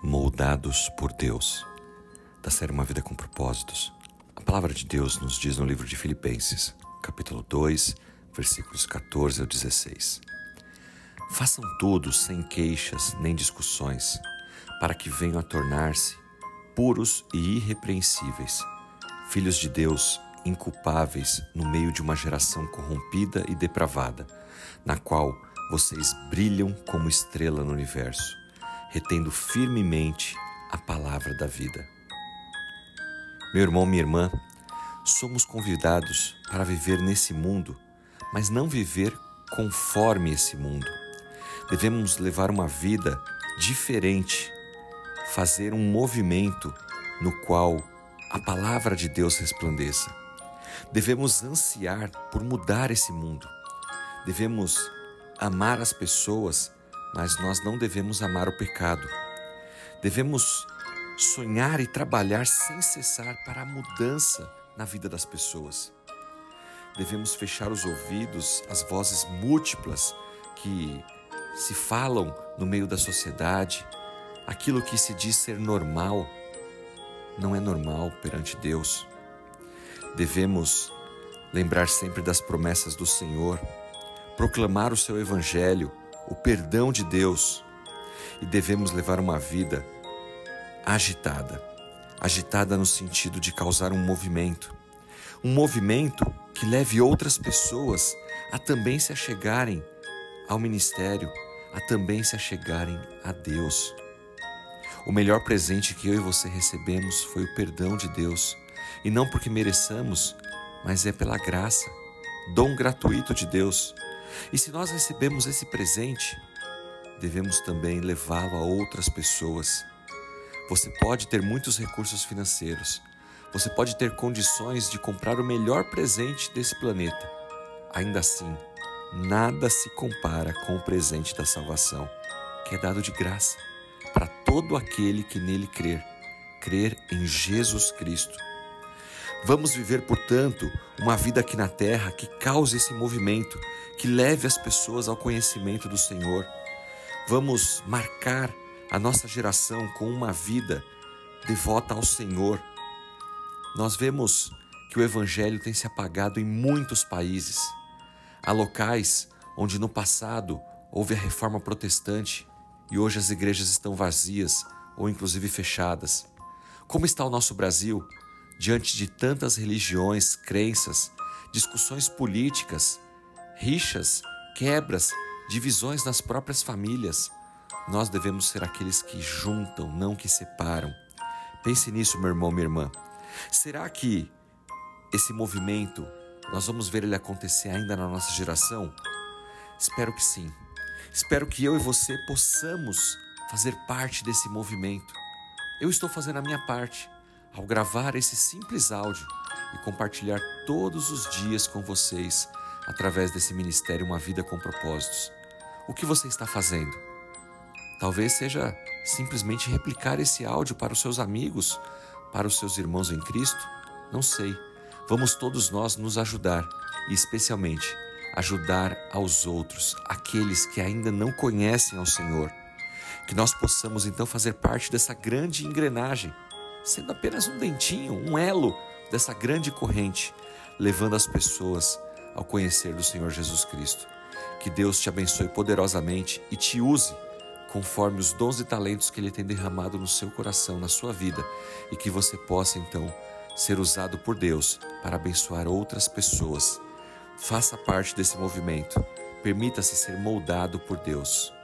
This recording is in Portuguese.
Moldados por Deus, da série Uma Vida com Propósitos. A palavra de Deus nos diz no livro de Filipenses, capítulo 2, versículos 14 ao 16. Façam tudo sem queixas nem discussões, para que venham a tornar-se puros e irrepreensíveis, filhos de Deus, inculpáveis no meio de uma geração corrompida e depravada, na qual vocês brilham como estrela no universo, retendo firmemente a palavra da vida. Meu irmão, minha irmã, somos convidados para viver nesse mundo, mas não viver conforme esse mundo. Devemos levar uma vida diferente, fazer um movimento no qual a palavra de Deus resplandeça. Devemos ansiar por mudar esse mundo. Devemos amar as pessoas, mas nós não devemos amar o pecado. Devemos sonhar e trabalhar sem cessar para a mudança na vida das pessoas. Devemos fechar os ouvidos às vozes múltiplas que se falam no meio da sociedade. Aquilo que se diz ser normal não é normal perante Deus. Devemos lembrar sempre das promessas do Senhor, proclamar o seu evangelho, o perdão de Deus, e devemos levar uma vida agitada no sentido de causar um movimento que leve outras pessoas a também se achegarem ao ministério, a também se achegarem a Deus. O melhor presente que eu e você recebemos foi o perdão de Deus, e não porque mereçamos, mas é pela graça, dom gratuito de Deus. E se nós recebemos esse presente, devemos também levá-lo a outras pessoas. Você pode ter muitos recursos financeiros, você pode ter condições de comprar o melhor presente desse planeta. Ainda assim, nada se compara com o presente da salvação, que é dado de graça para todo aquele que nele crer em Jesus Cristo. Vamos viver, portanto, uma vida aqui na terra que cause esse movimento, que leve as pessoas ao conhecimento do Senhor. Vamos marcar a nossa geração com uma vida devota ao Senhor. Nós vemos que o Evangelho tem se apagado em muitos países. Há locais onde no passado houve a reforma protestante e hoje as igrejas estão vazias ou inclusive fechadas. Como está o nosso Brasil diante de tantas religiões, crenças, discussões políticas, rixas, quebras, divisões nas próprias famílias? Nós devemos ser aqueles que juntam, não que separam. Pense nisso, meu irmão, minha irmã. Será que esse movimento, nós vamos ver ele acontecer ainda na nossa geração? Espero que sim. Espero que eu e você possamos fazer parte desse movimento. Eu estou fazendo a minha parte ao gravar esse simples áudio e compartilhar todos os dias com vocês através desse ministério Uma Vida com Propósitos. O que você está fazendo? Talvez seja simplesmente replicar esse áudio para os seus amigos, para os seus irmãos em Cristo. Não sei. Vamos todos nós nos ajudar e especialmente ajudar aos outros, aqueles que ainda não conhecem ao Senhor. Que nós possamos então fazer parte dessa grande engrenagem, sendo apenas um dentinho, um elo dessa grande corrente, levando as pessoas ao conhecer do Senhor Jesus Cristo. Que Deus te abençoe poderosamente e te use conforme os dons e talentos que Ele tem derramado no seu coração, na sua vida, e que você possa então ser usado por Deus para abençoar outras pessoas. Faça parte desse movimento. Permita-se ser moldado por Deus.